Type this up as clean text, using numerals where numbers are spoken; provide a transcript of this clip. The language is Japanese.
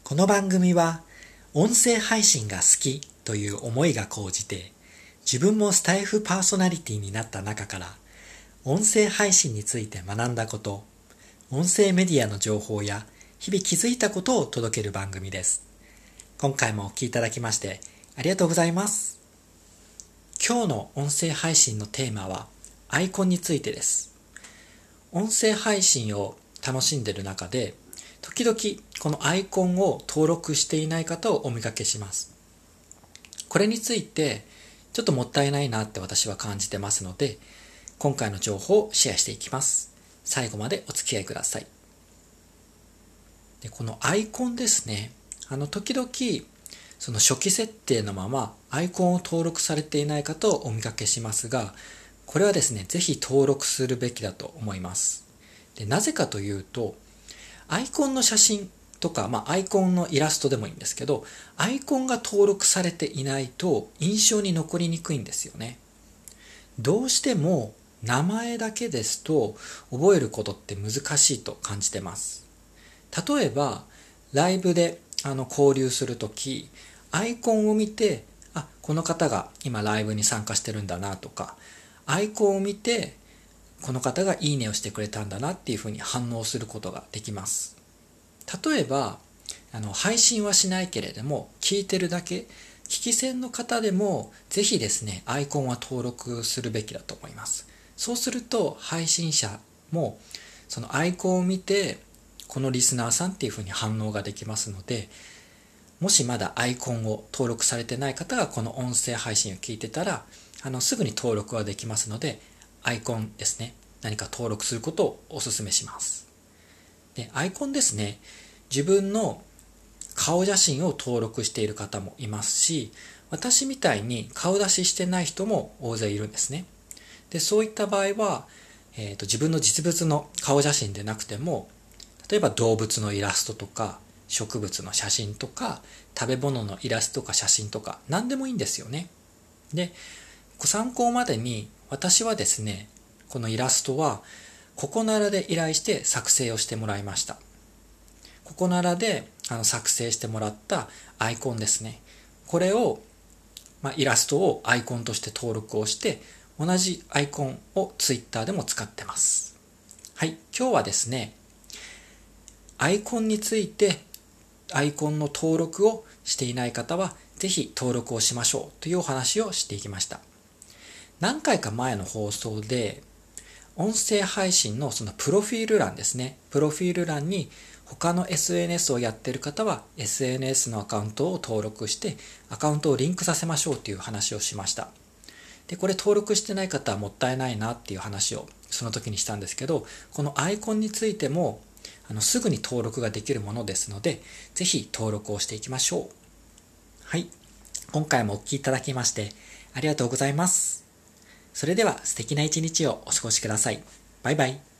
この番組は音声配信が好きという思いが高じて、自分もスタイフパーソナリティになった中から音声配信について学んだこと、音声メディアの情報や日々気づいたことを届ける番組です。今回もお聞きいただきましてありがとうございます。今日の音声配信のテーマはアイコンについてです。音声配信を楽しんでいる中で時々このアイコンを登録していない方をお見かけします。これについてちょっともったいないなって私は感じてますので、今回の情報をシェアしていきます。最後までお付き合いください。で、このアイコンですね。時々その初期設定のままアイコンを登録されていない方をお見かけしますが、これはですね、ぜひ登録するべきだと思います。で、なぜかというと、アイコンの写真とか、アイコンのイラストでもいいんですけど、アイコンが登録されていないと印象に残りにくいんですよね。どうしても名前だけですと覚えることって難しいと感じてます。例えば、ライブで交流するとき、アイコンを見て、この方が今ライブに参加してるんだなとか、アイコンを見て、この方がいいねをしてくれたんだなっていうふうに反応することができます。例えば配信はしないけれども聞いてるだけ、聞き戦の方でもぜひですねアイコンは登録するべきだと思います。そうすると配信者もそのアイコンを見てこのリスナーさんっていうふうに反応ができますので、もしまだアイコンを登録されてない方がこの音声配信を聞いてたらすぐに登録はできますので、アイコンですね、何か登録することをお勧めします。で、アイコンですね、自分の顔写真を登録している方もいますし、私みたいに顔出ししてない人も大勢いるんですね。で、そういった場合は、自分の実物の顔写真でなくても、例えば動物のイラストとか植物の写真とか食べ物のイラストとか写真とか何でもいいんですよね。で、ご参考までに私はですね、このイラストはココナラで依頼して作成をしてもらいました。ココナラで作成してもらったアイコンですね。これを、イラストをアイコンとして登録をして、同じアイコンをツイッターでも使ってます。はい、今日はですね、アイコンについてアイコンの登録をしていない方はぜひ登録をしましょうというお話をしていきました。何回か前の放送で音声配信のそのプロフィール欄ですね。プロフィール欄に他の SNS をやっている方は SNS のアカウントを登録してアカウントをリンクさせましょうという話をしました。で、これ登録してない方はもったいないなっていう話をその時にしたんですけど、このアイコンについてもすぐに登録ができるものですので、ぜひ登録をしていきましょう。はい。今回もお聞きいただきましてありがとうございます。それでは素敵な一日をお過ごしください。バイバイ。